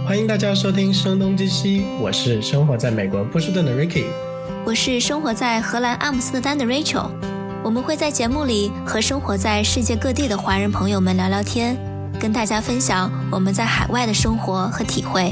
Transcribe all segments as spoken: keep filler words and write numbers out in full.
欢迎大家收听声东击西，我是生活在美国波士顿的 Ricky， 我是生活在荷兰阿姆斯特丹的 Rachel。 我们会在节目里和生活在世界各地的华人朋友们聊聊天，跟大家分享我们在海外的生活和体会。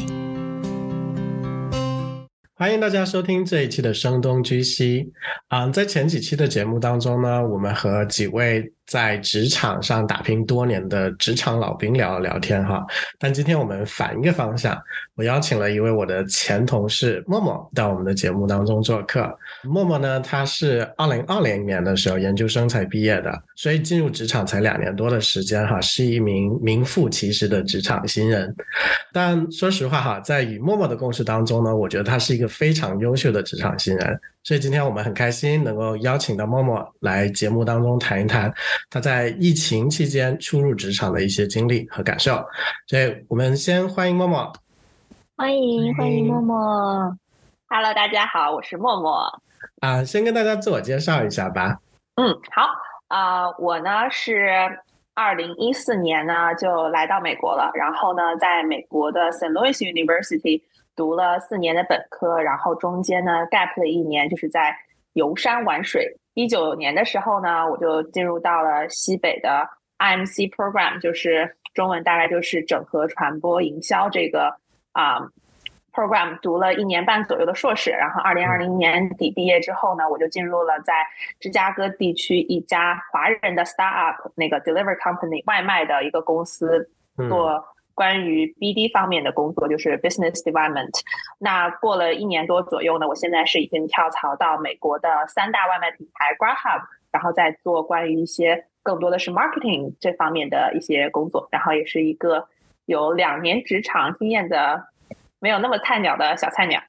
欢迎大家收听这一期的声东击西。嗯，在前几期的节目当中呢，我们和几位在职场上打拼多年的职场老兵聊了聊天哈。但今天我们反一个方向，我邀请了一位我的前同事默默到我们的节目当中做客。默默呢，他是二零二零年的时候研究生才毕业的，所以进入职场才两年多的时间哈，是一名名副其实的职场新人。但说实话哈，在与默默的共事当中呢，我觉得他是一个非常优秀的职场新人，所以今天我们很开心能够邀请到默默来节目当中谈一谈他在疫情期间初入职场的一些经历和感受。所以我们先欢迎默默。 欢迎欢迎默默。 Hello， 大家好，我是默默。 啊，先跟大家自我介绍一下吧。 嗯，好，呃，我呢是二零一四年呢就来到美国了，然后呢在美国的 Saint Louis University 读了四年的本科，然后中间呢 gap 了一年，就是在游山玩水。一九年的时候呢，我就进入到了西北的 I M C program， 就是中文大概就是整合传播营销这个啊、呃、program， 读了一年半左右的硕士。然后二零二零年底毕业之后呢，我就进入了在芝加哥地区一家华人的 startup 那个 delivery company 外卖的一个公司，做关于 B D 方面的工作，就是 business development。 那过了一年多左右呢，我现在是已经跳槽到美国的三大外卖品牌 Grubhub， 然后再做关于一些更多的是 marketing 这方面的一些工作，然后也是一个有两年职场经验的没有那么菜鸟的小菜鸟。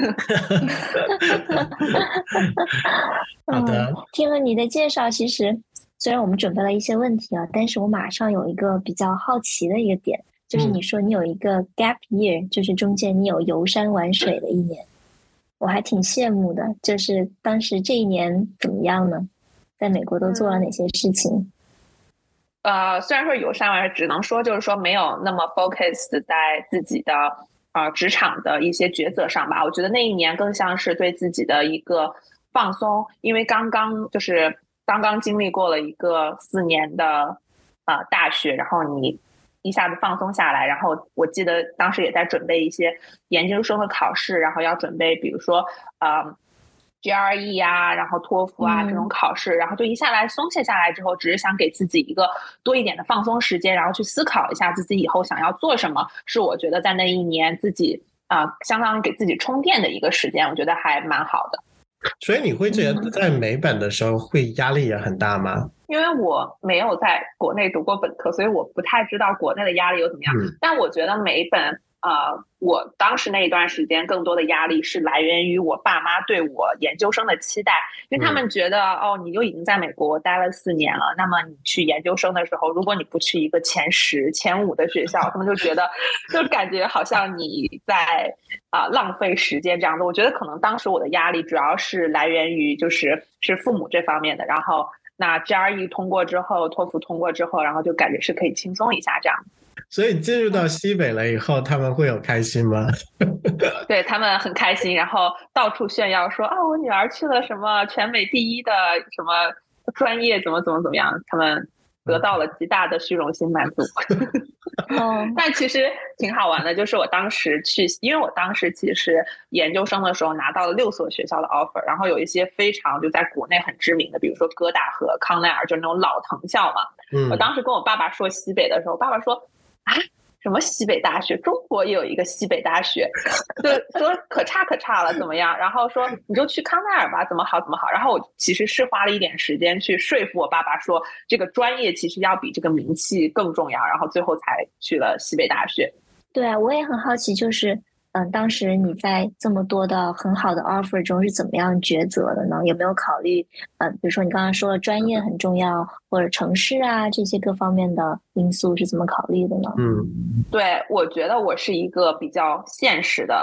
好的、 嗯，听了你的介绍，其实虽然我们准备了一些问题啊，但是我马上有一个比较好奇的一个点，就是你说你有一个 gap year，、嗯、就是中间你有游山玩水的一年，我还挺羡慕的。就是当时这一年怎么样呢？在美国都做了哪些事情？ 呃，虽然说游山玩水，只能说就是说没有那么 focused 在自己的呃职场的一些抉择上吧。我觉得那一年更像是对自己的一个放松，因为刚刚就是刚刚经历过了一个四年的呃大学，然后你一下子放松下来，然后我记得当时也在准备一些研究生的考试，然后要准备比如说呃G R E 啊，然后托福啊、嗯、这种考试，然后就一下来松懈下来之后，只是想给自己一个多一点的放松时间，然后去思考一下自己以后想要做什么，是我觉得在那一年自己啊、呃，相当于给自己充电的一个时间，我觉得还蛮好的。 所以你会觉得在美本的时候会压力也很大吗？ 因为我没有在国内读过本科，所以我不太知道国内的压力有怎么样、嗯、但我觉得美本呃，我当时那一段时间更多的压力是来源于我爸妈对我研究生的期待，因为他们觉得、嗯、哦，你就已经在美国待了四年了，那么你去研究生的时候，如果你不去一个前十前五的学校，他们就觉得就感觉好像你在啊、呃、浪费时间这样的。我觉得可能当时我的压力主要是来源于就是是父母这方面的，然后那 G R E 通过之后，托福通过之后，然后就感觉是可以轻松一下这样。 所以进入到西北了以后，他们会有开心吗？ 对，他们很开心，然后到处炫耀说啊，我女儿去了什么全美第一的什么专业，怎么怎么怎么样，他们得到了极大的虚荣心满足。嗯，但其实挺好玩的，就是我当时去，因为我当时其实研究生的时候拿到了六所学校的 offer， 然后有一些非常就在国内很知名的，比如说哥大和康奈尔，就是那种老藤校嘛。嗯，我当时跟我爸爸说西北的时候，爸爸说啊，什么西北大学？中国也有一个西北大学，就说可差可差了，怎么样？然后说你就去康奈尔吧，怎么好怎么好。然后我其实是花了一点时间去说服我爸爸说，这个专业其实要比这个名气更重要，然后最后才去了西北大学。 对啊，我也很好奇，就是嗯，当时你在这么多的很好的 offer 中是怎么样抉择的呢？有没有考虑嗯，比如说你刚刚说了专业很重要，或者城市啊这些各方面的因素是怎么考虑的呢？ 嗯， 对，我觉得我是一个比较现实的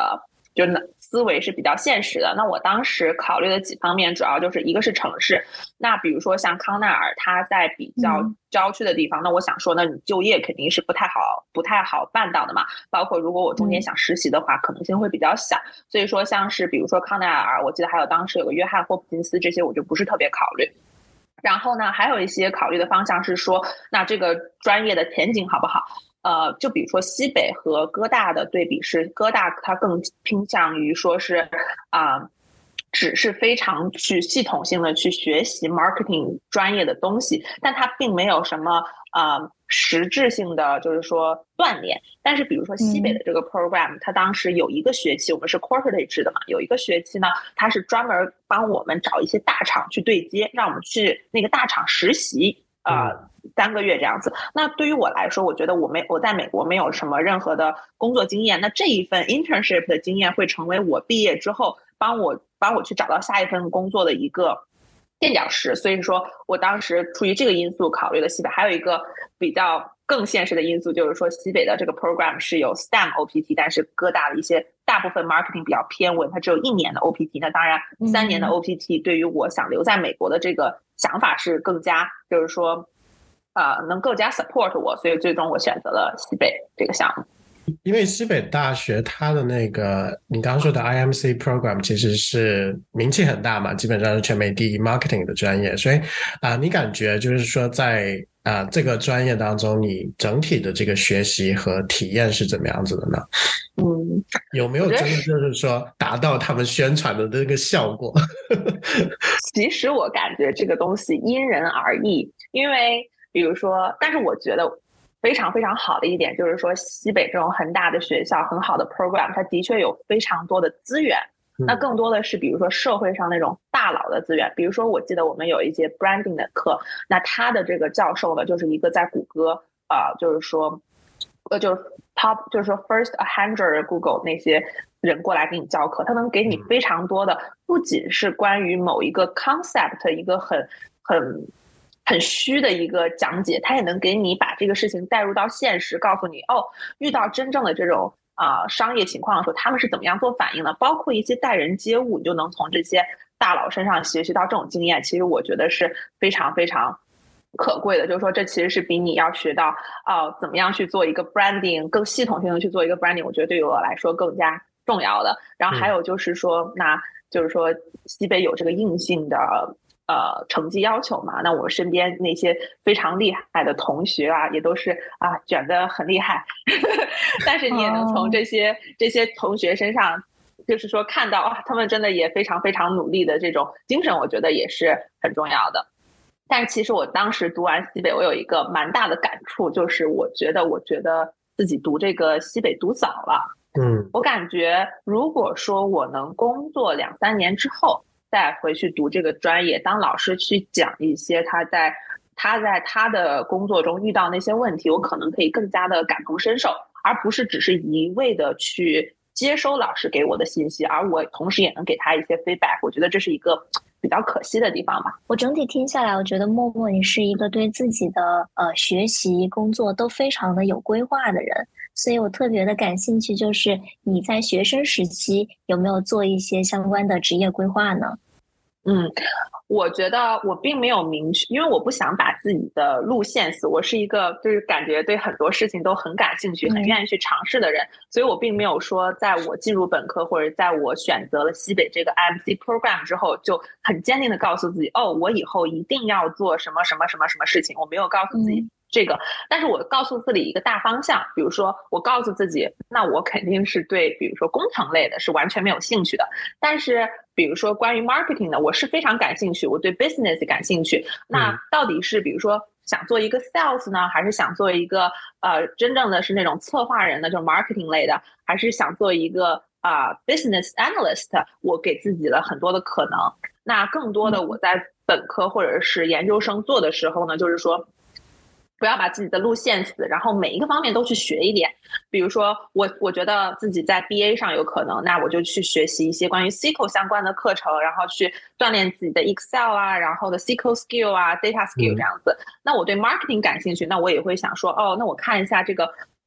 就思维是比较现实的。那我当时考虑的几方面，主要就是一个是城市，那比如说像康奈尔，它在比较郊区的地方，嗯、那我想说，那你就业肯定是不太好、不太好办到的嘛。包括如果我中间想实习的话，嗯、可能性会比较小。所以说，像是比如说康奈尔，我记得还有当时有个约翰霍普金斯，这些我就不是特别考虑。然后呢，还有一些考虑的方向是说，那这个专业的前景好不好？呃，就比如说西北和哥大的对比是，哥大它更偏向于说是啊、呃，只是非常去系统性的去学习 marketing 专业的东西，但它并没有什么呃实质性的就是说锻炼。但是比如说西北的这个 program，、嗯、它当时有一个学期，我们是 quarterly 制的嘛，有一个学期呢，它是专门帮我们找一些大厂去对接，让我们去那个大厂实习，呃。嗯三个月这样子。那对于我来说，我觉得我没我在美国没有什么任何的工作经验，那这一份 internship 的经验会成为我毕业之后帮我帮我去找到下一份工作的一个垫脚石。所以说我当时出于这个因素考虑了西北。还有一个比较更现实的因素就是说，西北的这个 program 是有 S T E M O P T， 但是哥大的一些大部分 marketing 比较偏文，它只有一年的 O P T。 那当然三年的 O P T 对于我想留在美国的这个想法是更加就是说呃，能更加 support 我，所以最终我选择了西北这个项目。 因为西北大学它的那个你刚刚说的 I M C program 其实是名气很大嘛，基本上是全美第一 marketing 的专业，所以啊、呃，你感觉就是说在啊、呃、这个专业当中，你整体的这个学习和体验是怎么样子的呢？ 嗯， 有没有真的就是说达到他们宣传的这个效果？ 其实我感觉这个东西因人而异，因为比如说，但是我觉得非常非常好的一点就是说，西北这种很大的学校，很好的 program， 它的确有非常多的资源。那更多的是比如说社会上那种大佬的资源。比如说我记得我们有一节 branding 的课，那他的这个教授呢，就是一个在谷歌呃，就是说呃，就是 top， 就是说 first a hundred Google 那些人过来给你教课，他能给你非常多的，不仅是关于某一个 concept 一个很很很虚的一个讲解，他也能给你把这个事情带入到现实，告诉你哦，遇到真正的这种啊、呃、商业情况的时候，他们是怎么样做反应的，包括一些待人接物，你就能从这些大佬身上学习到这种经验。其实我觉得是非常非常可贵的，就是说这其实是比你要学到呃怎么样去做一个 branding 更系统性的去做一个 branding， 我觉得对于我来说更加重要的。然后还有就是说、嗯、那就是说西北有这个硬性的呃成绩要求嘛，那我身边那些非常厉害的同学啊，也都是啊卷得很厉害但是你也能从这些、oh. 这些同学身上就是说看到啊，他们真的也非常非常努力的这种精神，我觉得也是很重要的。但是其实我当时读完西北，我有一个蛮大的感触，就是我觉得我觉得自己读这个西北读早了。 嗯， 我感觉如果说我能工作两三年之后再回去读这个专业，当老师去讲一些他在他在他的工作中遇到那些问题，我可能可以更加的感同身受，而不是只是一味的去接收老师给我的信息，而我同时也能给他一些 feedback。 我觉得这是一个比较可惜的地方吧。 我整体听下来，我觉得默默你是一个对自己的呃学习工作都非常的有规划的人，所以我特别的感兴趣，就是你在学生时期有没有做一些相关的职业规划呢？ 嗯，我觉得我并没有明确，因为我不想把自己的路线死。我是一个就是感觉对很多事情都很感兴趣、很愿意去尝试的人，所以我并没有说在我进入本科或者在我选择了西北这个 I M C program 之后就很坚定的告诉自己，哦，我以后一定要做什么什么什么什么事情。我没有告诉自己这个、嗯、但是我告诉自己一个大方向。比如说我告诉自己，那我肯定是对比如说工程类的是完全没有兴趣的，但是比如说关于 marketing 的我是非常感兴趣，我对 business 感兴趣。那到底是比如说想做一个 sales 呢，还是想做一个呃真正的是那种策划人的就是 marketing 类的，还是想做一个啊、呃、business analyst， 我给自己了很多的可能。那更多的我在本科或者是研究生做的时候呢，就是说不要把自己的路线死，然后每一个方面都去学一点。比如说我我觉得自己在 B A 上有可能，那我就去学习一些关于 S Q L 相关的课程，然后去锻炼自己的 Excel 啊，然后的 S Q L skill 啊 data skill 这样子、嗯、那我对 marketing 感兴趣，那我也会想说哦，那我看一下这个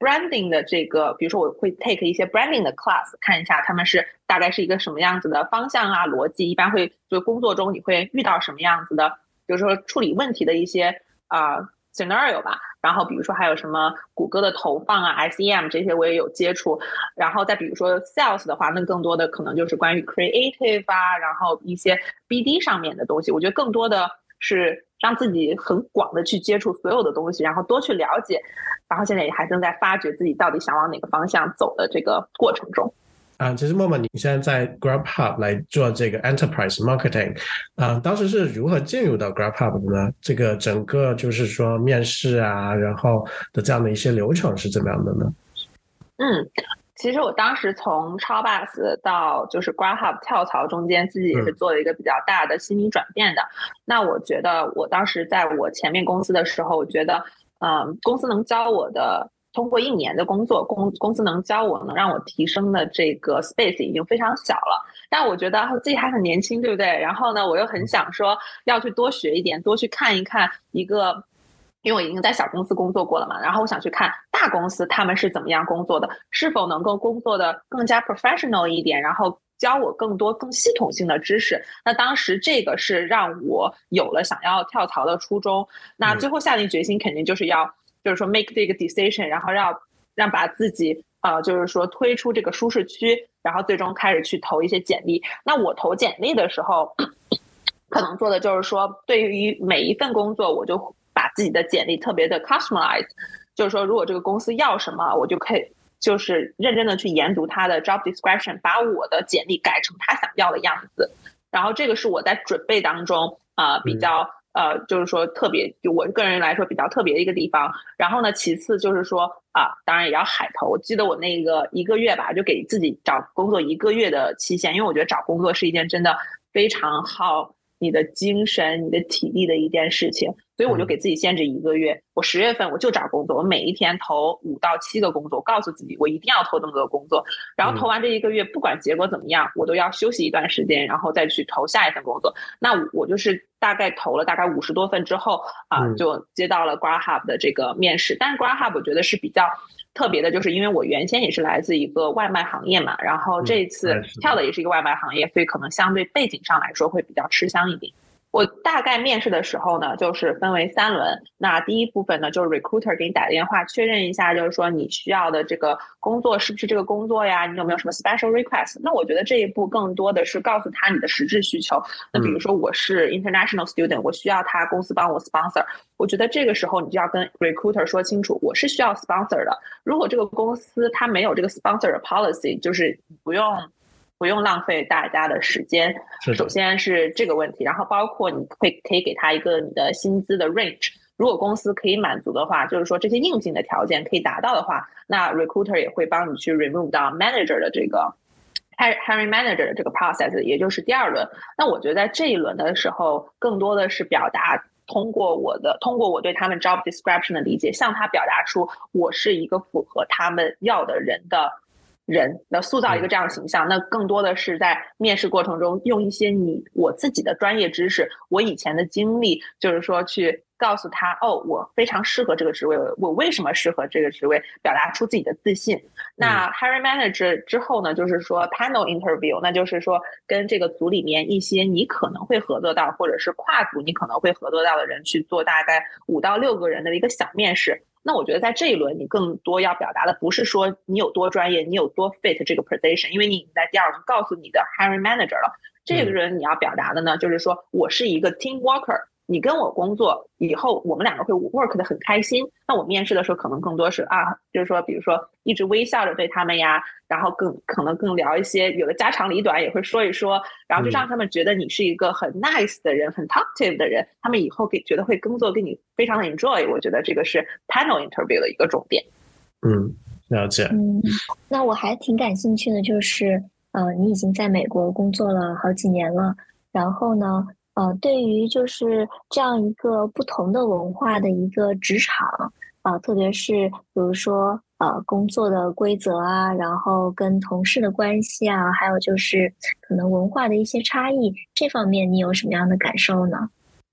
branding 的这个，比如说我会 take 一些 branding 的 class， 看一下他们是大概是一个什么样子的方向啊，逻辑，一般会就工作中你会遇到什么样子的，比如说处理问题的一些啊、呃、scenario 吧。然后比如说还有什么谷歌的投放啊 S E M 这些我也有接触。然后再比如说 sales 的话，那更多的可能就是关于 creative 啊，然后一些 B D 上面的东西。我觉得更多的是让自己很广的去接触所有的东西，然后多去了解，然后现在也还正在发掘自己到底想往哪个方向走的这个过程中。 啊、呃，其实默默你现在在 GrabHub 来做这个 Enterprise Marketing， 啊、呃，当时是如何进入到 GrabHub 的呢？这个整个就是说面试啊，然后的这样的一些流程是怎么样的呢？ 嗯，其实我当时从超 bus 到就是 GrabHub 跳槽中间，自己也是做了一个比较大的心理转变的。嗯、那我觉得我当时在我前面公司的时候，我觉得，嗯，公司能教我的。通过一年的工作，公公司能教我能让我提升的这个 space 已经非常小了，但我觉得自己还很年轻，对不对？然后呢，我又很想说要去多学一点，多去看一看一个，因为我已经在小公司工作过了嘛，然后我想去看大公司他们是怎么样工作的，是否能够工作的更加 professional 一点，然后教我更多更系统性的知识。那当时这个是让我有了想要跳槽的初衷。那最后下定决心肯定就是要就是说 make 这个 decision， 然后让让把自己呃就是说推出这个舒适区，然后最终开始去投一些简历。那我投简历的时候可能做的就是说，对于每一份工作我就把自己的简历特别的 customize， 就是说如果这个公司要什么，我就可以就是认真的去研读他的 job description， 把我的简历改成他想要的样子。然后这个是我在准备当中呃比较、嗯呃，就是说特别，就我个人来说比较特别的一个地方。然后呢，其次就是说啊，当然也要海投。我记得我那个一个月吧，就给自己找工作一个月的期限，因为我觉得找工作是一件真的非常耗你的精神、你的体力的一件事情，所以我就给自己限制一个月。嗯、我十月份我就找工作，我每一天投五到七个工作，我告诉自己我一定要投这么多工作。然后投完这一个月，不管结果怎么样，我都要休息一段时间，然后再去投下一份工作。那我就是大概投了大概五十多份之后啊、呃，就接到了 GrabHub 的这个面试。但是 GrabHub 我觉得是比较特别的，就是因为我原先也是来自一个外卖行业嘛，然后这一次跳的也是一个外卖行业，所以可能相对背景上来说会比较吃香一点。我大概面试的时候呢，就是分为三轮。那第一部分呢，就是 recruiter 给你打电话确认一下，就是说你需要的这个工作是不是这个工作呀？你有没有什么 special request？ 那我觉得这一步更多的是告诉他你的实质需求。那比如说我是 international student， 我需要他公司帮我 sponsor。我觉得这个时候你就要跟 recruiter 说清楚，我是需要 sponsor 的。如果这个公司他没有这个 sponsor 的 policy， 就是不用。不用浪费大家的时间，首先是这个问题，然后包括你会可以给他一个你的薪资的 range， 如果公司可以满足的话，就是说这些硬性的条件可以达到的话，那 recruiter 也会帮你去 remove 到 manager 的这个 hiring manager 的这个 process， 也就是第二轮。那我觉得在这一轮的时候，更多的是表达通过我的通过我对他们 job description 的理解，向他表达出我是一个符合他们要的人的人，那塑造一个这样的形象。那更多的是在面试过程中用一些你我自己的专业知识，我以前的经历，就是说去告诉他，哦，我非常适合这个职位，我为什么适合这个职位，表达出自己的自信。那 hiring manager 之后呢，就是说 panel interview， 那就是说跟这个组里面一些你可能会合作到，或者是跨组你可能会合作到的人去做大概五到六个人的一个小面试。那我觉得在这一轮你更多要表达的不是说你有多专业，你有多 fit 这个 position， 因为你已经在第二轮告诉你的 hiring manager 了。这个人你要表达的呢，就是说我是一个 team worker， 你跟我工作以后我们两个会 work 的很开心。那我面试的时候可能更多是啊，就是说比如说一直微笑着对他们呀，然后更可能更聊一些有的家长里短也会说一说，然后就让他们觉得你是一个很 nice 的人，很 talkative 的人，他们以后给觉得会工作跟你非常的 enjoy。 我觉得这个是 panel interview 的一个重点。 嗯，了解。 嗯，那我还挺感兴趣的，就是呃，你已经在美国工作了好几年了，然后呢呃，对于就是这样一个不同的文化的一个职场啊、呃，特别是比如说呃工作的规则啊，然后跟同事的关系啊，还有就是可能文化的一些差异，这方面你有什么样的感受呢？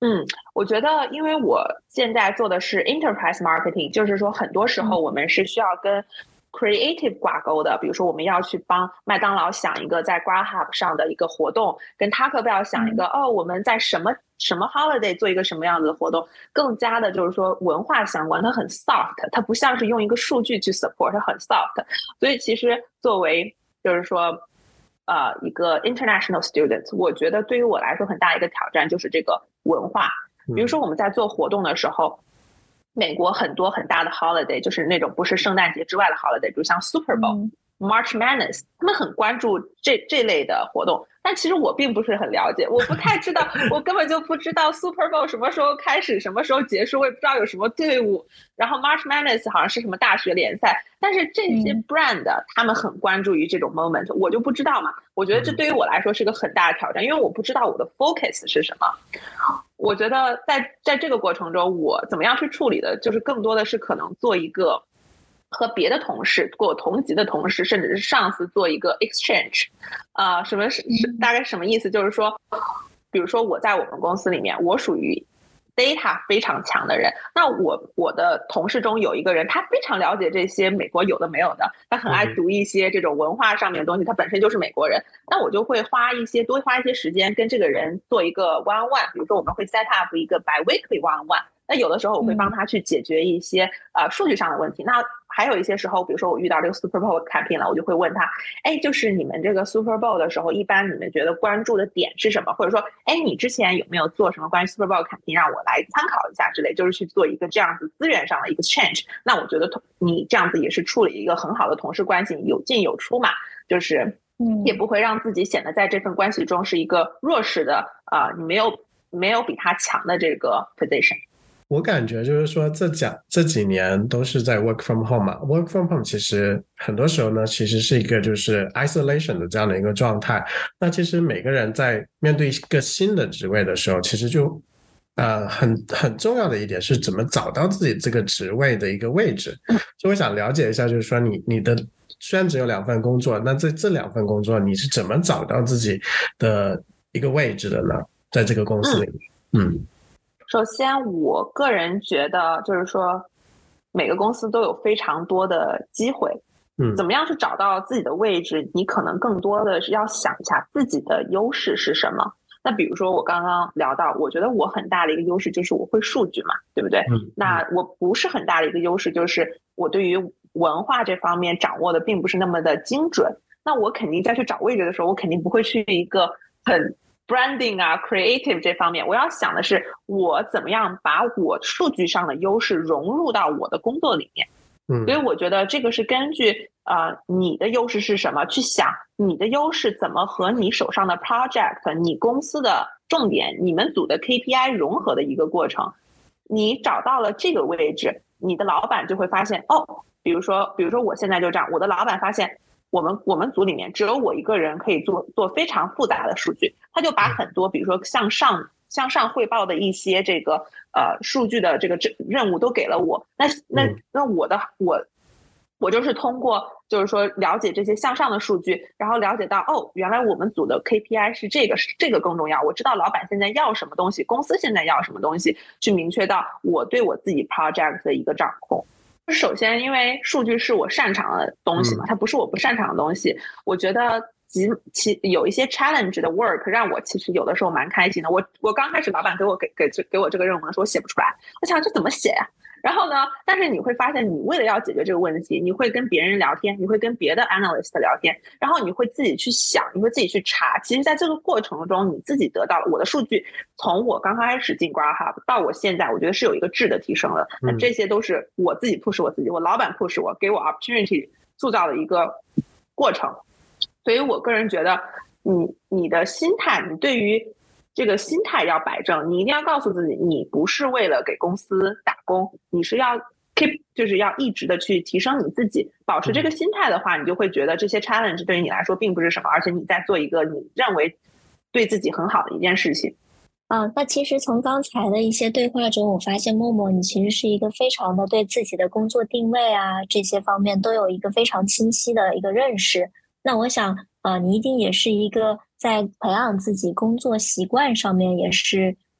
嗯，我觉得因为我现在做的是 enterprise marketing， 就是说很多时候我们是需要跟 creative 挂钩的，比如说我们要去帮麦当劳想一个在 Grubhub 上的一个活动，跟 Taco Bell 想一个、嗯、哦我们在什么什么 holiday 做一个什么样子的活动，更加的就是说文化相关，它很 soft， 它不像是用一个数据去 support， 它很 soft。 所以其实作为就是说呃一个 international student， 我觉得对于我来说很大一个挑战就是这个文化。比如说我们在做活动的时候、嗯、美国很多很大的 holiday 就是那种不是圣诞节之外的 holiday， 比如像 Super Bowl、嗯、March Madness， 他们很关注这这类的活动，但其实我并不是很了解，我不太知道我根本就不知道 Super Bowl 什么时候开始什么时候结束，我也不知道有什么队伍，然后 March Madness 好像是什么大学联赛，但是这些 brand、嗯、他们很关注于这种 moment， 我就不知道嘛。我觉得这对于我来说是个很大的挑战，因为我不知道我的 focus 是什么。我觉得在在这个过程中我怎么样去处理的就是更多的是可能做一个和别的同事跟我同级的同事甚至是上司做一个 exchange， 啊、呃，什么是大概什么意思？就是说，比如说我在我们公司里面，我属于 data 非常强的人，那我我的同事中有一个人，他非常了解这些美国有的没有的，他很爱读一些这种文化上面的东西，他本身就是美国人，那我就会花一些多花一些时间跟这个人做一个 one on one， 比如说我们会 set up 一个 bi-weekly one on one。那有的时候我会帮他去解决一些、嗯、呃数据上的问题，那还有一些时候比如说我遇到这个 Super Bowl campaign 了，我就会问他，哎，就是你们这个 Super Bowl 的时候一般你们觉得关注的点是什么，或者说哎，你之前有没有做什么关于 Super Bowl campaign 让我来参考一下之类，就是去做一个这样子资源上的一个 change。 那我觉得你这样子也是处理一个很好的同事关系，有进有出嘛，就是也不会让自己显得在这份关系中是一个弱势的啊、呃，你没有没有比他强的这个 position。 我感觉就是说这讲这几年都是在 work from home 嘛 work from home 其实很多时候呢其实是一个就是 isolation 的这样的一个状态，那其实每个人在面对一个新的职位的时候，其实就呃很很重要的一点是怎么找到自己这个职位的一个位置。所以我想了解一下，就是说你你的虽然只有两份工作，那这这两份工作你是怎么找到自己的一个位置的呢？在这个公司里面。嗯, 嗯首先我个人觉得就是说每个公司都有非常多的机会，嗯，怎么样去找到自己的位置，你可能更多的是要想一下自己的优势是什么。那比如说我刚刚聊到，我觉得我很大的一个优势就是我会数据嘛，对不对？嗯，那我不是很大的一个优势就是我对于文化这方面掌握的并不是那么的精准，那我肯定在去找位置的时候，我肯定不会去一个很branding 啊 creative 这方面，我要想的是我怎么样把我数据上的优势融入到我的工作里面。嗯，所以我觉得这个是根据呃你的优势是什么去想你的优势怎么和你手上的 project 你公司的重点你们组的 K P I 融合的一个过程。你找到了这个位置，你的老板就会发现哦，比如说比如说我现在就这样，我的老板发现我们我们组里面只有我一个人可以做做非常复杂的数据，他就把很多比如说向上向上汇报的一些这个呃数据的这个任务都给了我。那那那我的我我就是通过就是说了解这些向上的数据，然后了解到哦，原来我们组的 K P I 是这个，这个更重要。我知道老板现在要什么东西，公司现在要什么东西，去明确到我对我自己 project 的一个掌控。首先因为数据是我擅长的东西嘛，它不是我不擅长的东西。我觉得其其有一些 challenge 的 work 让我其实有的时候蛮开心的。我我刚开始老板给我给给给我这个任务的时候，我写不出来，我想这怎么写呀、啊？然后呢，但是你会发现你为了要解决这个问题，你会跟别人聊天，你会跟别的 analyst 聊天，然后你会自己去想，你会自己去查。其实在这个过程中你自己得到了我的数据，从我刚开始进 Grubhub 到我现在，我觉得是有一个质的提升的。那这些都是我自己 push 我自己，我老板 push 我，给我 opportunity 塑造的一个过程。所以我个人觉得你你的心态，你对于这个心态要摆正，你一定要告诉自己，你不是为了给公司打工，你是要 keep 就是要一直的去提升你自己。保持这个心态的话，你就会觉得这些 challenge 对于你来说并不是什么，而且你在做一个你认为对自己很好的一件事情。 啊，那其实从刚才的一些对话中，我发现默默你其实是一个非常的对自己的工作定位啊这些方面都有一个非常清晰的一个认识。那我想呃，你一定也是一个在培养自己工作习惯上面也是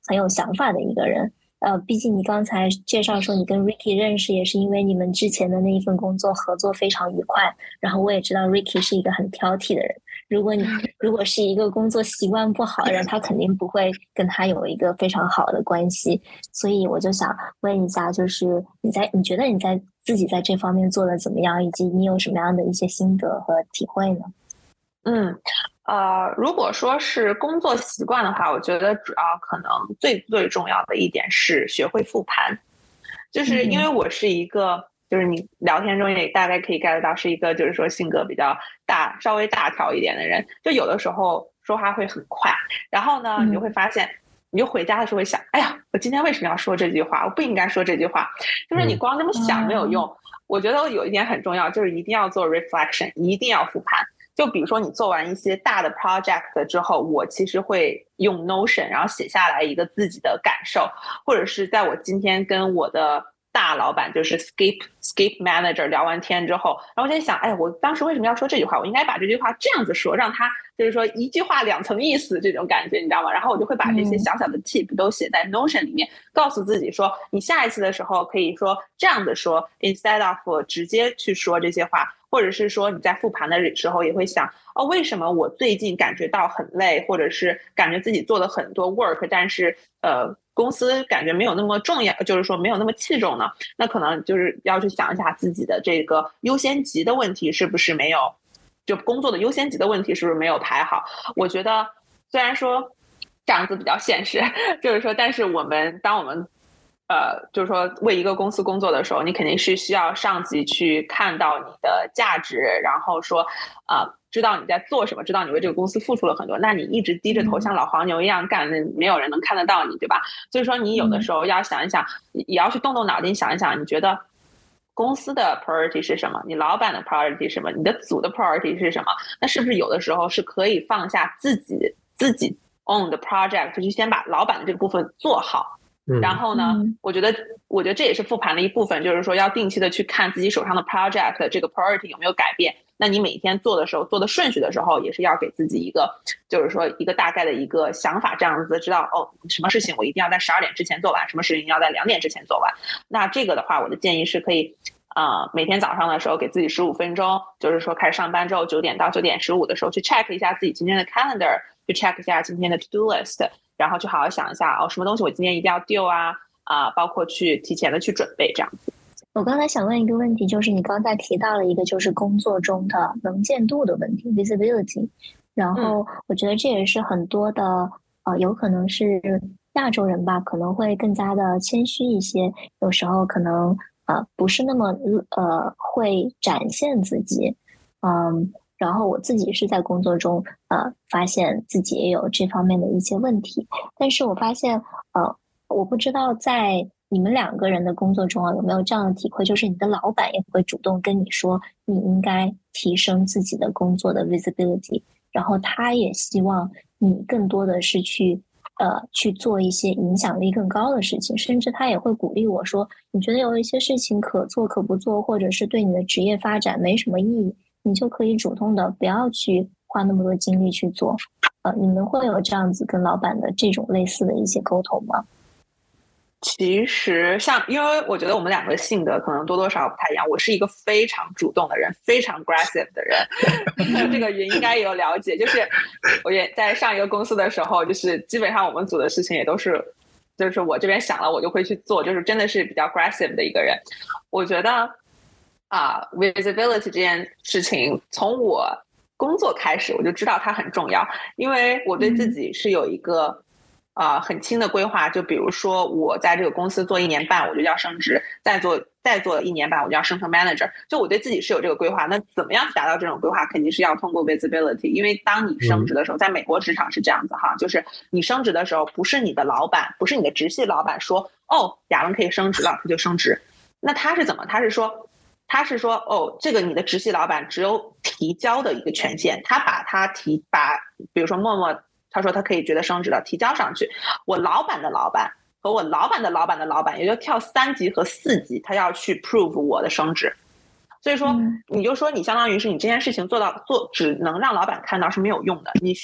很有想法的一个人。呃，毕竟你刚才介绍说你跟 Ricky 认识也是因为你们之前的那一份工作合作非常愉快，然后我也知道 Ricky 是一个很挑剔的人，如果你如果是一个工作习惯不好的人，他肯定不会跟他有一个非常好的关系。所以我就想问一下，就是你在你觉得你在自己在这方面做的怎么样，以及你有什么样的一些心得和体会呢？ 嗯，呃，如果说是工作习惯的话，我觉得主要可能最最重要的一点是学会复盘，就是因为我是一个，嗯、就是你聊天中也大概可以 get 到，是一个就是说性格比较大、稍微大条一点的人，就有的时候说话会很快，然后呢，你就会发现。嗯你就回家的时候会想，哎呀，我今天为什么要说这句话？我不应该说这句话。就是你光这么想没有用。嗯、我觉得有一点很重要，就是一定要做 reflection， 一定要复盘。就比如说你做完一些大的 project 之后，我其实会用 Notion， 然后写下来一个自己的感受，或者是在我今天跟我的大老板就是 Skip Skip Manager 聊完天之后，然后我在想，哎，我当时为什么要说这句话？我应该把这句话这样子说，让他就是说一句话两层意思这种感觉，你知道吗？然后我就会把这些小小的 tip 都写在 Notion 里面，告诉自己说，你下一次的时候可以说这样子说 ，instead of 直接去说这些话。或者是说你在复盘的时候也会想，哦，为什么我最近感觉到很累，或者是感觉自己做了很多 work， 但是呃公司感觉没有那么重要，就是说没有那么器重呢？那可能就是要去想一下自己的这个优先级的问题是不是没有，就工作的优先级的问题是不是没有排好？我觉得虽然说这样子比较现实，就是说，但是我们当我们呃，就是说为一个公司工作的时候，你肯定是需要上级去看到你的价值，然后说啊、呃，知道你在做什么，知道你为这个公司付出了很多。那你一直低着头像老黄牛一样干，那没有人能看得到你，对吧？所以说你有的时候要想一想，也要去动动脑筋想一想，你觉得公司的 priority 是什么？你老板的 priority 是什么？你的组的 priority 是什么？那是不是有的时候是可以放下自己自己 own 的 project， 就先把老板的这个部分做好？然后呢、嗯、我觉得我觉得这也是复盘的一部分，就是说要定期的去看自己手上的 project 这个 priority 有没有改变。那你每天做的时候，做的顺序的时候，也是要给自己一个就是说一个大概的一个想法，这样子知道哦，什么事情我一定要在十二点之前做完，什么事情要在两点之前做完。那这个的话，我的建议是可以呃，每天早上的时候给自己十五分钟，就是说开始上班之后九点到九点十五的时候去 check 一下自己今天的 calendar， 去 check 一下今天的 to do list， 然后去好好想一下哦，什么东西我今天一定要丢啊啊、呃，包括去提前的去准备这样子。 我刚才想问一个问题，就是你刚才提到了一个就是工作中的能见度的问题 visibility， 然后我觉得这也是很多的呃，有可能是亚洲人吧，可能会更加的谦虚一些，有时候可能呃不是那么呃会展现自己，嗯，然后我自己是在工作中呃发现自己也有这方面的一些问题，但是我发现呃我不知道在你们两个人的工作中啊，有没有这样的体会？就是你的老板也会主动跟你说，你应该提升自己的工作的 visibility， 然后他也希望你更多的是去呃去做一些影响力更高的事情，甚至他也会鼓励我说，你觉得有一些事情可做可不做，或者是对你的职业发展没什么意义，你就可以主动的不要去花那么多精力去做。呃，你们会有这样子跟老板的这种类似的一些沟通吗？ 其实像，因为我觉得我们两个性格可能多多少少不太一样。我是一个非常主动的人，非常 aggressive 的人，这个也应该有了解。就是我也在上一个公司的时候，就是基本上我们组的事情也都是，就是我这边想了我就会去做，就是真的是比较 aggressive 的一个人。我觉得啊、uh, ，visibility 这件事情从我工作开始我就知道它很重要，因为我对自己是有一个。嗯呃，很轻的规划，就比如说我在这个公司做一年半，我就要升职；再做再做一年半，我就要升成 manager。就我对自己是有这个规划。那怎么样去达到这种规划？肯定是要通过 visibility， 因为当你升职的时候，在美国职场是这样子哈，就是你升职的时候，不是你的老板，不是你的直系老板说，哦，亚文可以升职了，他就升职。那他是怎么？他是说，他是说，哦，这个你的直系老板只有提交的一个权限，他把他提把，比如说默默。他说他可以觉得升职了，提交上去。我老板的老板和我老板的老板的老板，也就跳三级和四级，他要去 prove 我的升职。所以说，你就说你相当于是你这件事情做到做，只能让老板看到是没有用的。你需要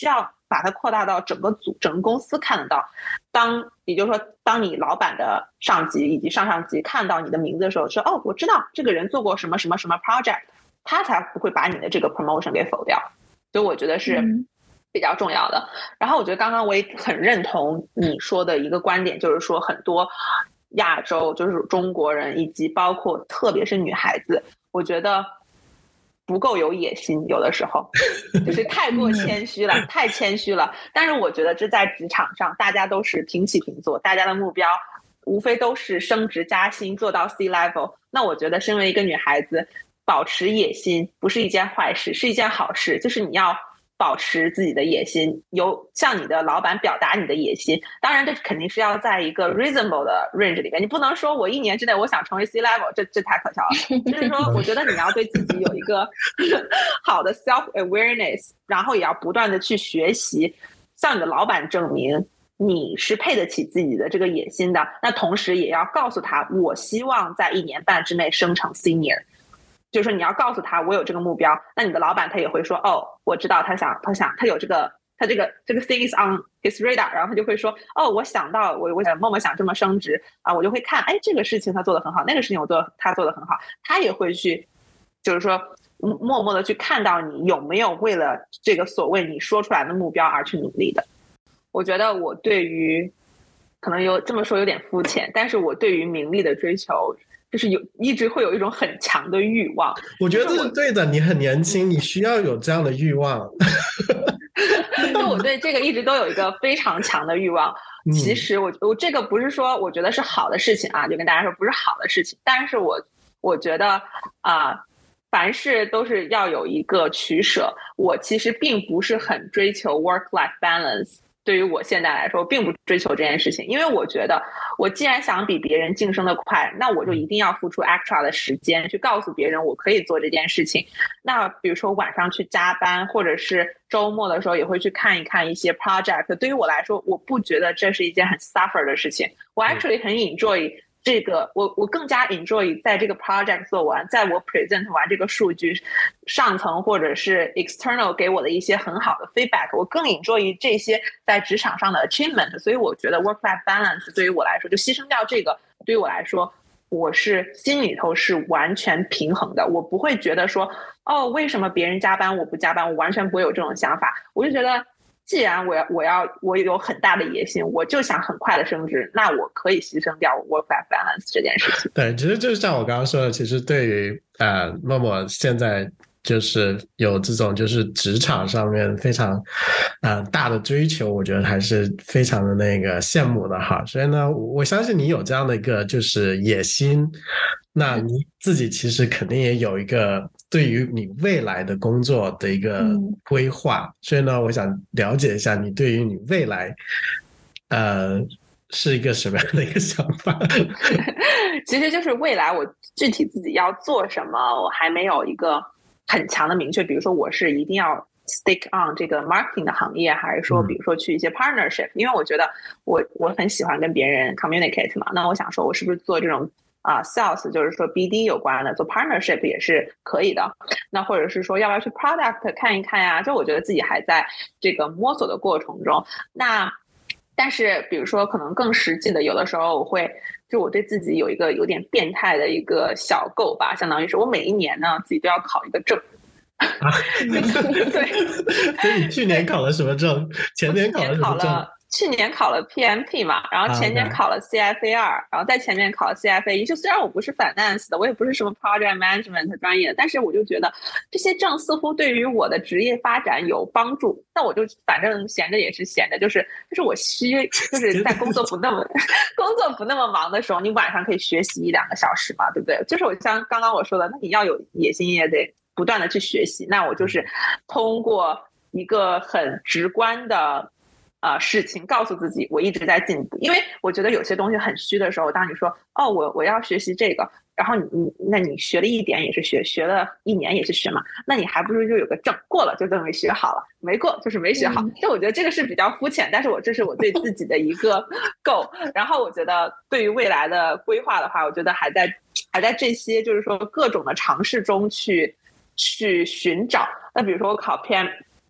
把它扩大到整个组整个公司看得到。当也就是说当你老板的上级以及上上级看到你的名字的时候说哦我知道这个人做过什么什么什么 project， 他才不会把你的这个 promotion 给否掉。所以我觉得是比较重要的、嗯、然后我觉得刚刚我也很认同你说的一个观点，就是说很多亚洲就是中国人以及包括特别是女孩子，我觉得不够有野心，有的时候就是太过谦虚了太谦虚了。但是我觉得这在职场上大家都是平起平坐，大家的目标无非都是升职加薪做到 C level。 那我觉得身为一个女孩子保持野心不是一件坏事，是一件好事，就是你要保持自己的野心，有向你的老板表达你的野心。当然这肯定是要在一个 reasonable 的 range 里面，你不能说我一年之内我想成为 C level， 这这太可笑了。就是说我觉得你要对自己有一个好的 self awareness， 然后也要不断的去学习，向你的老板证明你是配得起自己的这个野心的。那同时也要告诉他我希望在一年半之内升成 senior，就是说你要告诉他我有这个目标，那你的老板他也会说哦我知道他想他想他有这个他这个这个 thing is on his radar， 然后他就会说哦我想到我我想默默想这么升职啊，我就会看哎这个事情他做得很好，那个事情我做他做得很好，他也会去就是说默默的去看到你有没有为了这个所谓你说出来的目标而去努力的。我觉得我对于可能有这么说有点肤浅，但是我对于名利的追求就是有一直会有一种很强的欲望。 我觉得这是对的，你很年轻，你需要有这样的欲望。 但我对这个一直都有一个非常强的欲望。 嗯、 其实我我这个不是说我觉得是好的事情啊，就跟大家说不是好的事情，但是我我觉得啊、呃，凡事都是要有一个取舍。我其实并不是很追求 work-life balance。对于我现在来说并不追求这件事情，因为我觉得我既然想比别人晋升的快，那我就一定要付出 extra 的时间去告诉别人我可以做这件事情。那比如说晚上去加班，或者是周末的时候也会去看一看一些 project， 对于我来说我不觉得这是一件很 suffer 的事情，我 actually 很 enjoy这个，我我更加 enjoy 在这个 project 做完，在我 present 完这个数据，上层或者是 external 给我的一些很好的 feedback， 我更 enjoy 这些在职场上的 achievement。 所以我觉得 work-life balance 对于我来说，就牺牲掉这个，对于我来说我是心里头是完全平衡的。我不会觉得说哦为什么别人加班我不加班，我完全不会有这种想法。我就觉得既然我要我要我有很大的野心，我就想很快的升职，那我可以牺牲掉 work-life balance 这件事情。 对，其实就像我刚刚说的，其实对于呃默默现在就是有这种就是职场上面非常呃大的追求，我觉得还是非常的那个羡慕的哈。所以呢我相信你有这样的一个就是野心，那你自己其实肯定也有一个对于你未来的工作的一个规划、嗯、所以呢我想了解一下你对于你未来呃是一个什么样的一个想法。 其实就是未来我具体自己要做什么我还没有一个很强的明确，比如说我是一定要 stick on 这个 marketing 的行业，还是说比如说去一些 partnership、嗯、因为我觉得我我很喜欢跟别人 communicate 嘛，那我想说我是不是做这种啊、uh, sales 就是说 B D 有关的，做 partnership 也是可以的。那或者是说要不要去 product 看一看呀，就我觉得自己还在这个摸索的过程中。那但是比如说可能更实际的，有的时候我会就我对自己有一个有点变态的一个小 goal 吧，相当于是我每一年呢自己都要考一个证。 啊、对，所以你去年考了什么证？前年考了什么证？ 去年考了 P M P 嘛，然后前年考了 C F A 二、okay. 然后在前面考了 C F A 一。就虽然我不是 finance 的，我也不是什么 project management 专业的，但是我就觉得这些证似乎对于我的职业发展有帮助。那我就反正闲着也是闲着，就是就是我需就是在工作不那么工作不那么忙的时候，你晚上可以学习一两个小时嘛，对不对？就是我像刚刚我说的，那你要有野心也得不断的去学习。那我就是通过一个很直观的呃，事情告诉自己我一直在进步。因为我觉得有些东西很虚的时候，当你说哦我我要学习这个，然后你你那你学了一点也是学，学了一年也是学嘛，那你还不如就有个证，过了就等于学好了，没过就是没学好。就我觉得这个是比较肤浅，但是我这是我对自己的一个 goal。 然后我觉得对于未来的规划的话，我觉得还在还在这些就是说各种的尝试中去去寻找。那比如说我考 P M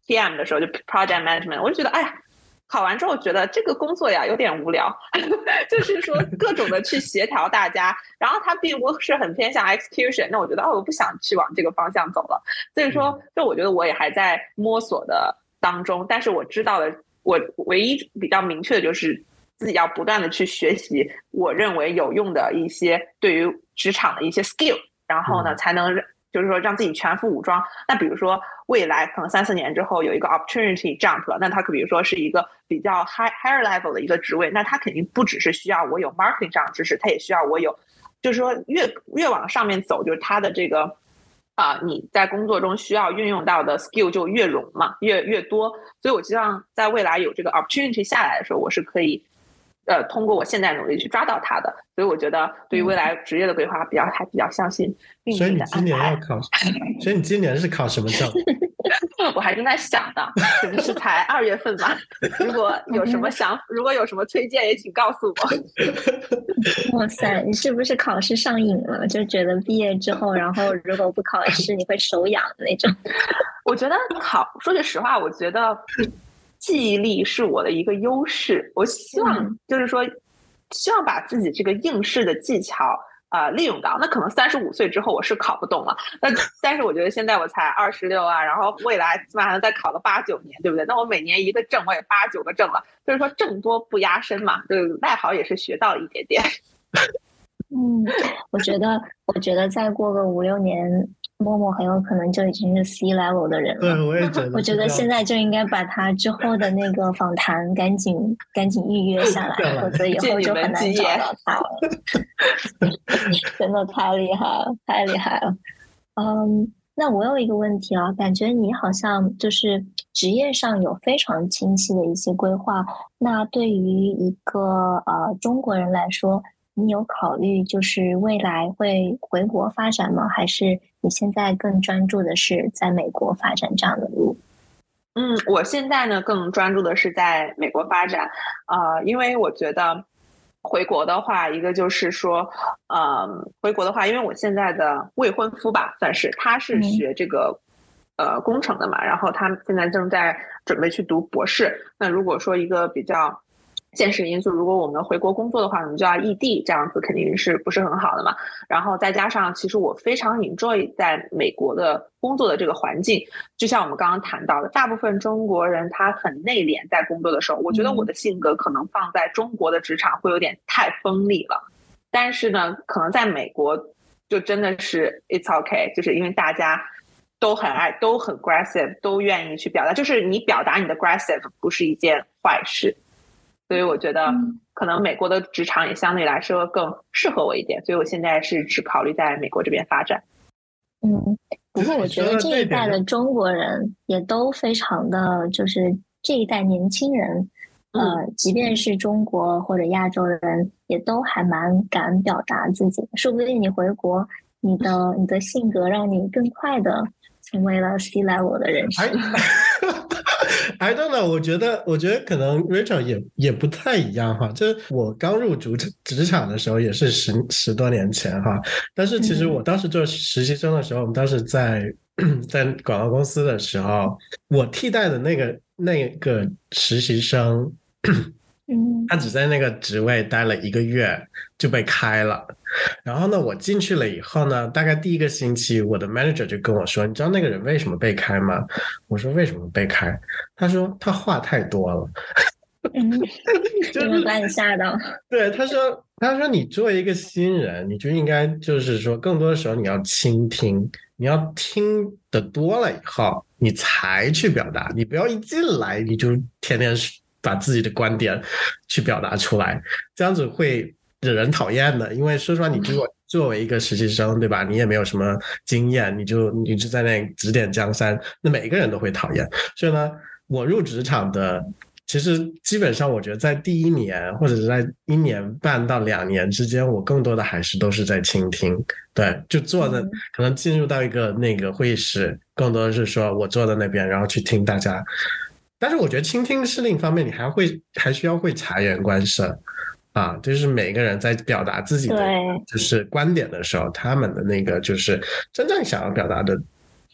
P M 的时候，就 Project Management， 我就觉得哎呀。考完之后觉得这个工作呀有点无聊，就是说各种的去协调大家，然后它并不是很偏向 execution， 那我觉得哦我不想去往这个方向走了，所以说就我觉得我也还在摸索的当中，但是我知道的，我唯一比较明确的就是自己要不断的去学习我认为有用的一些对于职场的一些 skill， 然后呢才能就是说让自己全副武装。那比如说未来可能三四年之后有一个 opportunity jump 了，那它可比如说是一个比较 high higher level 的一个职位，那它肯定不只是需要我有 marketing 这样的知识，它也需要我有就是说越越往上面走，就是它的这个啊、呃，你在工作中需要运用到的 skill 就越容嘛，越越多。所以我希望在未来有这个 opportunity 下来的时候，我是可以呃通过我现在努力去抓到它的。所以我觉得对于未来职业的规划比较还比较相信命运的安排。 所以你今年要考，所以你今年是考什么证？ 我还正在想的，这不是才二月份吗？如果有什么想，如果有什么推荐，也请告诉我。哇塞，你是不是考试上瘾了？就觉得毕业之后，然后如果不考试，你会手痒的那种。 我觉得考，说句实话，我觉得记忆力是我的一个优势。我希望就是说，希望把自己这个应试的技巧。呃，利用到那可能三十五岁之后我是考不动了，那但是我觉得现在我才二十六啊，然后未来起码还能再考个八九年，对不对？那我每年一个证，我也八九个证了，就是说证多不压身嘛，就赖好也是学到了一点点。 嗯，我觉得，我觉得再过个五六年，默默很有可能就已经是 C level 的人了。 对，我也觉得。 我觉得现在就应该把他之后的那个访谈赶紧赶紧预约下来，否则以后就很难找到他了。真的太厉害了，太厉害了。嗯，那我有一个问题啊，感觉你好像就是职业上有非常清晰的一些规划。那对于一个呃中国人来说，你有考虑就是未来会回国发展吗？还是你现在更专注的是在美国发展这样的路？ 嗯，我现在呢更专注的是在美国发展，呃，因为我觉得回国的话，一个就是说，呃，回国的话，因为我现在的未婚夫吧，算是他是学这个、嗯、呃工程的嘛，然后他现在正在准备去读博士。那如果说一个比较现实因素，如果我们回国工作的话，我们就要异地，这样子肯定是不是很好的嘛。然后再加上，其实我非常 enjoy 在美国的工作的这个环境，就像我们刚刚谈到的，大部分中国人他很内敛，在工作的时候，我觉得我的性格可能放在中国的职场会有点太锋利了，但是呢，可能在美国就真的是 it's okay， 就是因为大家都很爱，都很 aggressive， 都愿意去表达，就是你表达你的 aggressive 不是一件坏事。所以我觉得可能美国的职场也相对来说更适合我一点，所以我现在是只考虑在美国这边发展。 嗯，不过我觉得这一代的中国人也都非常的，就是这一代年轻人，呃，即便是中国或者亚洲人，也都还蛮敢表达自己的。说不定你回国，你的你的性格让你更快的成为了 C level 的人士。 I don't know， 我觉得，我觉得可能 Rachel 也也不太一样哈。就是我刚入职职场的时候，也是十十多年前哈。但是其实我当时做实习生的时候，我们当时在在广告公司的时候，我替代的那个那个实习生，他只在那个职位待了一个月就被开了。然后呢，我进去了以后呢，大概第一个星期，我的 manager 就跟我说：“你知道那个人为什么被开吗？”我说：“为什么被开？”他说：“他话太多了。” 嗯，就是把你吓到。 对，他说：“他说你作为一个新人，你就应该就是说，更多的时候你要倾听，你要听得多了以后，你才去表达。你不要一进来你就天天把自己的观点去表达出来，这样子会惹人讨厌的。因为说实话，你作为作为一个实习生，对吧？你也没有什么经验，你就你就在那指点江山，那每一个人都会讨厌。所以呢，我入职场的。”其实基本上我觉得在第一年或者是在一年半到两年之间，我更多的还是都是在倾听。对，就坐在可能进入到一个那个会议室，更多的是说我坐在那边然后去听大家。但是我觉得倾听是另一方面，你还会还需要会察言观色啊，就是每个人在表达自己的就是观点的时候，他们的那个就是真正想要表达的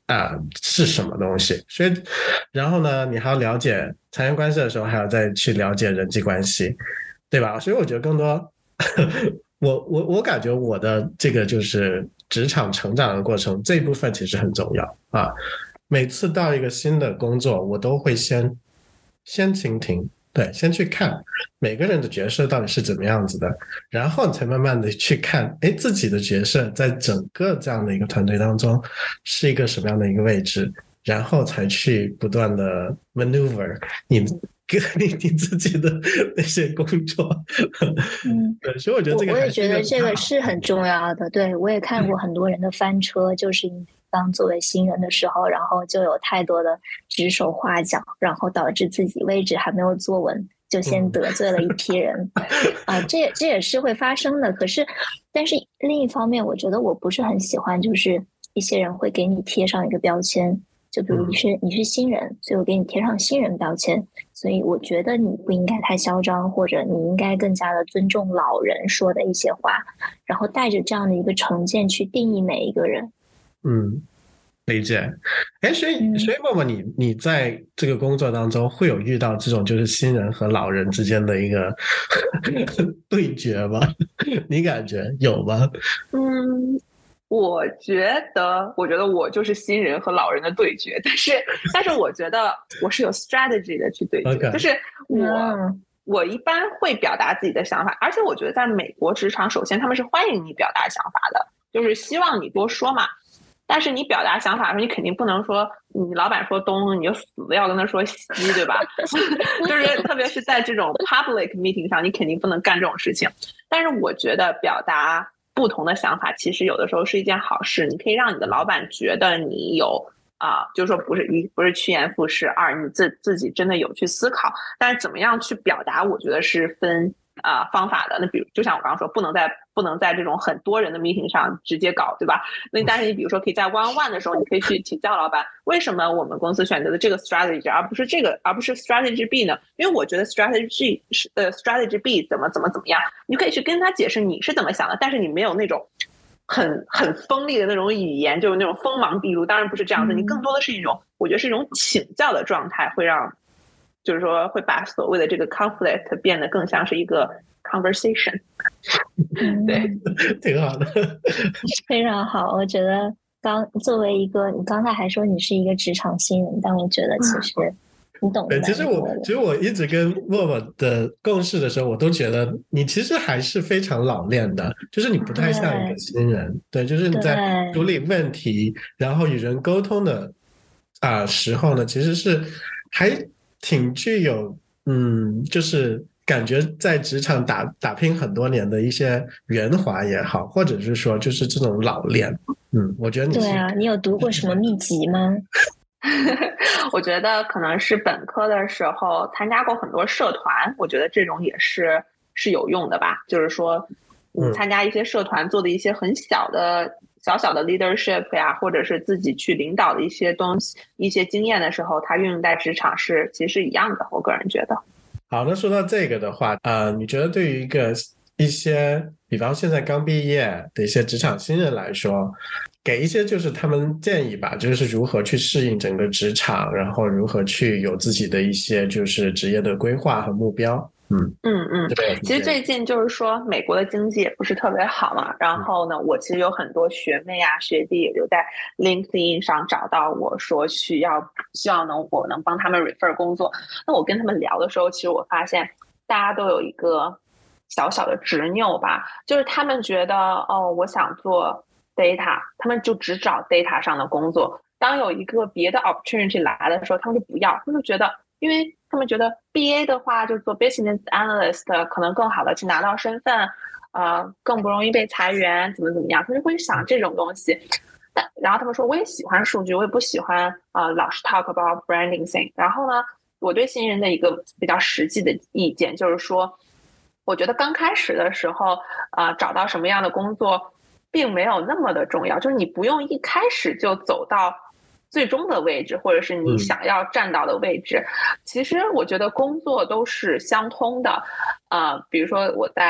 啊、呃、是什么东西。所以，然后呢，你还要了解察言观色的时候，还要再去了解人际关系，对吧？所以我觉得更多，我我我感觉我的这个就是职场成长的过程这一部分其实很重要啊。每次到一个新的工作，我都会先先倾听。对，先去看每个人的角色到底是怎么样子的，然后才慢慢的去看，哎，自己的角色在整个这样的一个团队当中是一个什么样的一个位置，然后才去不断的 maneuver 你你你自己的那些工作。 嗯， 对，所以我觉得这个我也觉得这个是很重要的。对，我也看过很多人的翻车，就是当作为新人的时候，然后就有太多的指手画脚，然后导致自己位置还没有坐稳，就先得罪了一批人。啊、呃，这也这也是会发生的。可是，但是另一方面，我觉得我不是很喜欢，就是一些人会给你贴上一个标签，就比如你是你是新人，所以我给你贴上新人标签。所以我觉得你不应该太嚣张，或者你应该更加的尊重老人说的一些话，然后带着这样的一个成见去定义每一个人。 嗯，理解。哎，所以所以默默，你你在这个工作当中会有遇到这种就是新人和老人之间的一个对决吗？你感觉有吗？ 嗯，我觉得，我觉得我就是新人和老人的对决，但是但是我觉得我是有 strategy 的去对决， okay. 就是我。嗯我一般会表达自己的想法，而且我觉得在美国职场，首先他们是欢迎你表达想法的，就是希望你多说嘛。但是你表达想法的时候，你肯定不能说你老板说东，你就死要跟他说西，对吧？就是特别是在这种 public meeting 上，你肯定不能干这种事情。但是我觉得表达不同的想法，其实有的时候是一件好事，你可以让你的老板觉得你有。啊，就是说不是一不是趋炎附势，二你自自己真的有去思考，但是怎么样去表达，我觉得是分啊、呃、方法的。那比如就像我刚刚说，不能在不能在这种很多人的 meeting 上直接搞，对吧？那但是你比如说可以在 one on one 的时候，你可以去请教老板，为什么我们公司选择的这个 strategy 而不是这个，而不是 strategy B 呢？因为我觉得 strategy 是呃 strategy B 怎么怎么怎么样，你可以去跟他解释你是怎么想的，但是你没有那种。很很锋利的那种语言，就是那种锋芒毕露，当然不是这样子，你更多的是一种我觉得是一种请教的状态，会让就是说会把所谓的这个 conflict 变得更像是一个 conversation。 对， 挺好的， 非常好。我觉得刚作为一个你刚才还说你是一个职场新人，但我觉得其实、嗯你懂的。 对，其实我其实我一直跟默默的共事的时候，我都觉得你其实还是非常老练的，就是你不太像一个新人。对，对就是你在处理问题，然后与人沟通的啊、呃、时候呢，其实是还挺具有嗯，就是感觉在职场打打拼很多年的一些圆滑也好，或者是说就是这种老练。嗯，我觉得你是对啊，你有读过什么秘籍吗？ 我觉得可能是本科的时候参加过很多社团，我觉得这种也是是有用的吧。就是说，你参加一些社团做的一些很小的、小小的 leadership 呀，或者是自己去领导的一些东西、一些经验的时候，它运用在职场是其实是一样的。我个人觉得。 好，那说到这个的话，呃，你觉得对于一个一些，比方现在刚毕业的一些职场新人来说，给一些就是他们建议吧，就是如何去适应整个职场，然后如何去有自己的一些就是职业的规划和目标。嗯嗯嗯，其实最近就是说美国的经济也不是特别好嘛，然后呢，我其实有很多学妹啊学弟也就在 LinkedIn 上找到我说需要希望能我能帮他们 refer 工作。那我跟他们聊的时候，其实我发现大家都有一个小小的执拗吧，就是他们觉得哦，我想做 data， 他们就只找 data 上的工作。当有一个别的 opportunity 来的时候，他们就不要，他们就觉得，因为他们觉得 B A 的话就做 business analyst 可能更好的去拿到身份，呃，更不容易被裁员，怎么怎么样，他们就会想这种东西。但然后他们说，我也喜欢数据，我也不喜欢呃老是 talk about branding thing。然后呢，我对新人的一个比较实际的意见就是说，我觉得刚开始的时候，呃，找到什么样的工作并没有那么的重要，就是你不用一开始就走到最终的位置，或者是你想要站到的位置。嗯、其实我觉得工作都是相通的，呃，比如说我在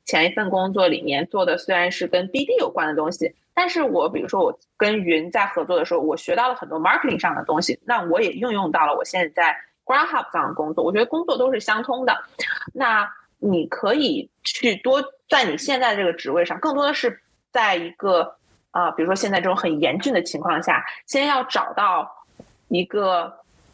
前一份工作里面做的虽然是跟 B D 有关的东西，但是我比如说我跟云在合作的时候，我学到了很多 marketing 上的东西，那我也应用到了我现在在 GrabHub 上的工作，我觉得工作都是相通的。那你可以去多在你现在这个职位上，更多的是在一个啊、呃，比如说现在这种很严峻的情况下，先要找到一个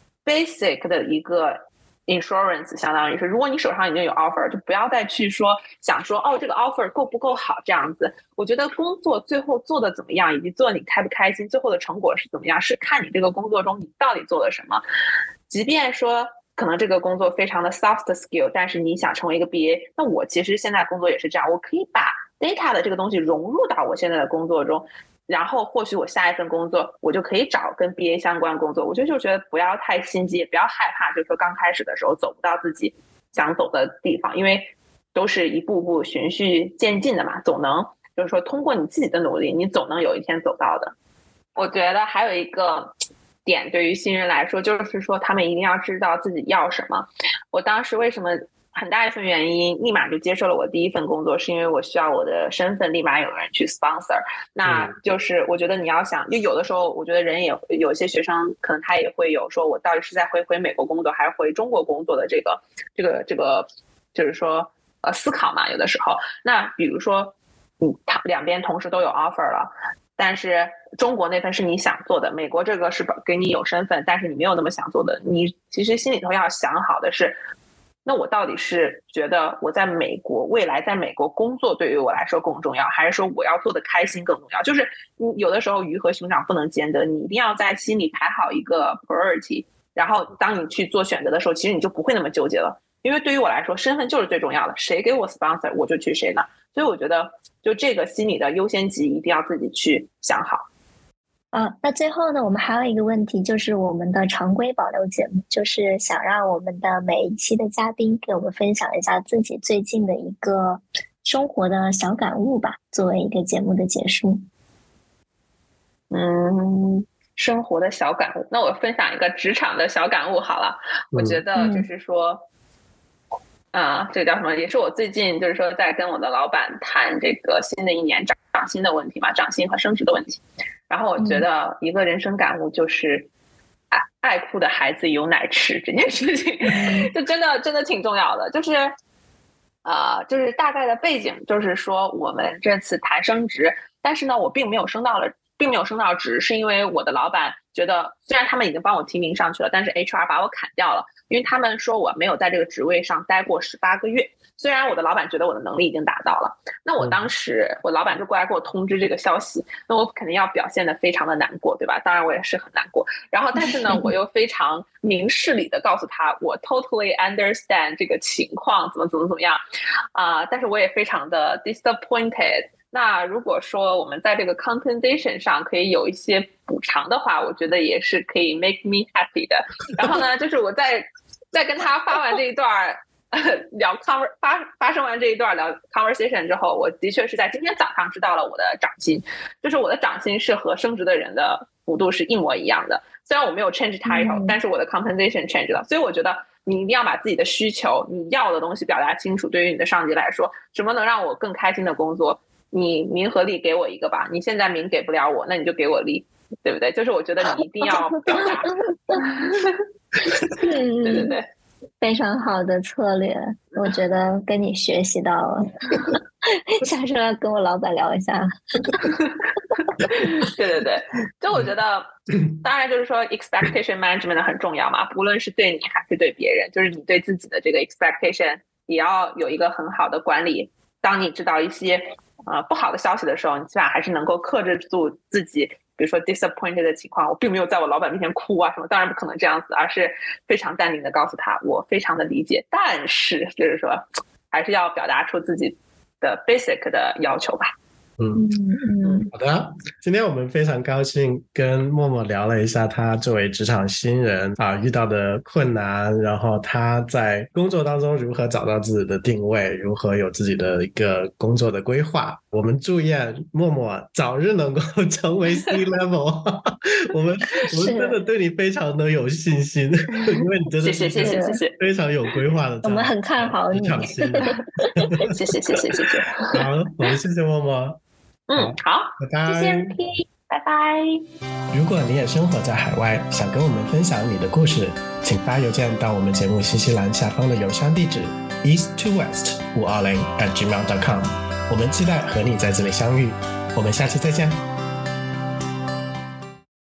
basic 的一个 insurance， 相当于是如果你手上已经有 offer， 就不要再去说想说哦这个 offer 够不够好这样子。我觉得工作最后做的怎么样，以及做你开不开心，最后的成果是怎么样，是看你这个工作中你到底做了什么。即便说可能这个工作非常的 soft skill， 但是你想成为一个 B A， 那我其实现在工作也是这样，我可以把 data 的这个东西融入到我现在的工作中，然后或许我下一份工作我就可以找跟 B A 相关的工作。我就就觉得不要太心机，也不要害怕，就是说刚开始的时候走不到自己想走的地方，因为都是一步步循序渐进的嘛，总能就是说通过你自己的努力，你总能有一天走到的。我觉得还有一个点对于新人来说，就是说他们一定要知道自己要什么。我当时为什么很大一份原因立马就接受了我第一份工作，是因为我需要我的身份立马有人去 sponsor。 那就是我觉得你要想，就有的时候我觉得人也有些学生可能他也会有说我到底是在回回美国工作还是回中国工作的这个这个这个就是说呃思考嘛。有的时候那比如说你两边同时都有 offer 了，但是中国那份是你想做的，美国这个是给你有身份但是你没有那么想做的，你其实心里头要想好的是，那我到底是觉得我在美国未来在美国工作对于我来说更重要，还是说我要做的开心更重要？就是你有的时候鱼和熊掌不能兼得，你一定要在心里排好一个 priority， 然后当你去做选择的时候，其实你就不会那么纠结了。因为对于我来说身份就是最重要的，谁给我 sponsor 我就去谁那。所以我觉得就这个心理的优先级一定要自己去想好。 啊，那最后呢，我们还有一个问题，就是我们的常规保留节目，就是想让我们的每一期的嘉宾给我们分享一下自己最近的一个生活的小感悟吧，作为一个节目的结束。 嗯，生活的小感悟，那我分享一个职场的小感悟好了。我觉得就是说啊、呃，这个叫什么？也是我最近就是说在跟我的老板谈这个新的一年涨涨薪的问题嘛，涨薪和升职的问题。然后我觉得一个人生感悟就是，爱爱哭的孩子有奶吃这件事情，就真的真的挺重要的。就是，呃，就是大概的背景就是说，我们这次谈升职，但是呢，我并没有升到了，并没有升到职，是因为我的老板觉得，虽然他们已经帮我提名上去了，但是 H R 把我砍掉了，因为他们说我没有在这个职位上待过十八个月。虽然我的老板觉得我的能力已经达到了，那我当时我老板就过来给我通知这个消息，那我肯定要表现得非常的难过，对吧？当然我也是很难过，然后但是呢我又非常明事理的告诉他我 totally understand 这个情况怎么怎么怎么样啊、呃，但是我也非常的 disappointed。那如果说我们在这个 compensation 上可以有一些补偿的话，我觉得也是可以 make me happy 的。然后呢就是我在在跟他发完这一段聊 conver 发发生完这一段聊 conversation 之后，我的确是在今天早上知道了我的涨薪，就是我的涨薪是和升职的人的幅度是一模一样的。虽然我没有 change title，、嗯、但是我的 compensation change 了。所以我觉得你一定要把自己的需求，你要的东西表达清楚。对于你的上级来说，什么能让我更开心的工作，你名和利给我一个吧。你现在名给不了我，那你就给我利，对不对？就是我觉得你一定要表达。对对对。 非常好的策略，我觉得跟你学习到了。下次要跟我老板聊一下。 对对对，就我觉得当然就是说 expectation management 很重要嘛，不论是对你还是对别人，就是你对自己的这个 expectation 也要有一个很好的管理。当你知道一些呃不好的消息的时候，你起码还是能够克制住自己，比如说 disappointed 的情况，我并没有在我老板面前哭啊什么，当然不可能这样子，而是非常淡定的告诉他我非常的理解，但是就是说还是要表达出自己的 basic 的要求吧。 嗯嗯， 好的，今天我们非常高兴跟默默聊了一下他作为职场新人啊遇到的困难，然后他在工作当中如何找到自己的定位，如何有自己的一个工作的规划。我们祝愿默默早日能够成为 C level 我们我们真的对你非常的有信心，因为你真的是谢谢谢谢谢谢， 非常有规划的， 我们很看好你， 职场新人谢谢谢谢谢谢。 好，我们谢谢默默。 嗯，好， 拜拜， 谢谢 M P， 拜拜。 如果你也生活在海外，想跟我们分享你的故事，请发邮件到我们节目信息栏下方的邮箱地址 east to west 五二零 at gmail dot com， 我们期待和你在这里相遇，我们下期再见。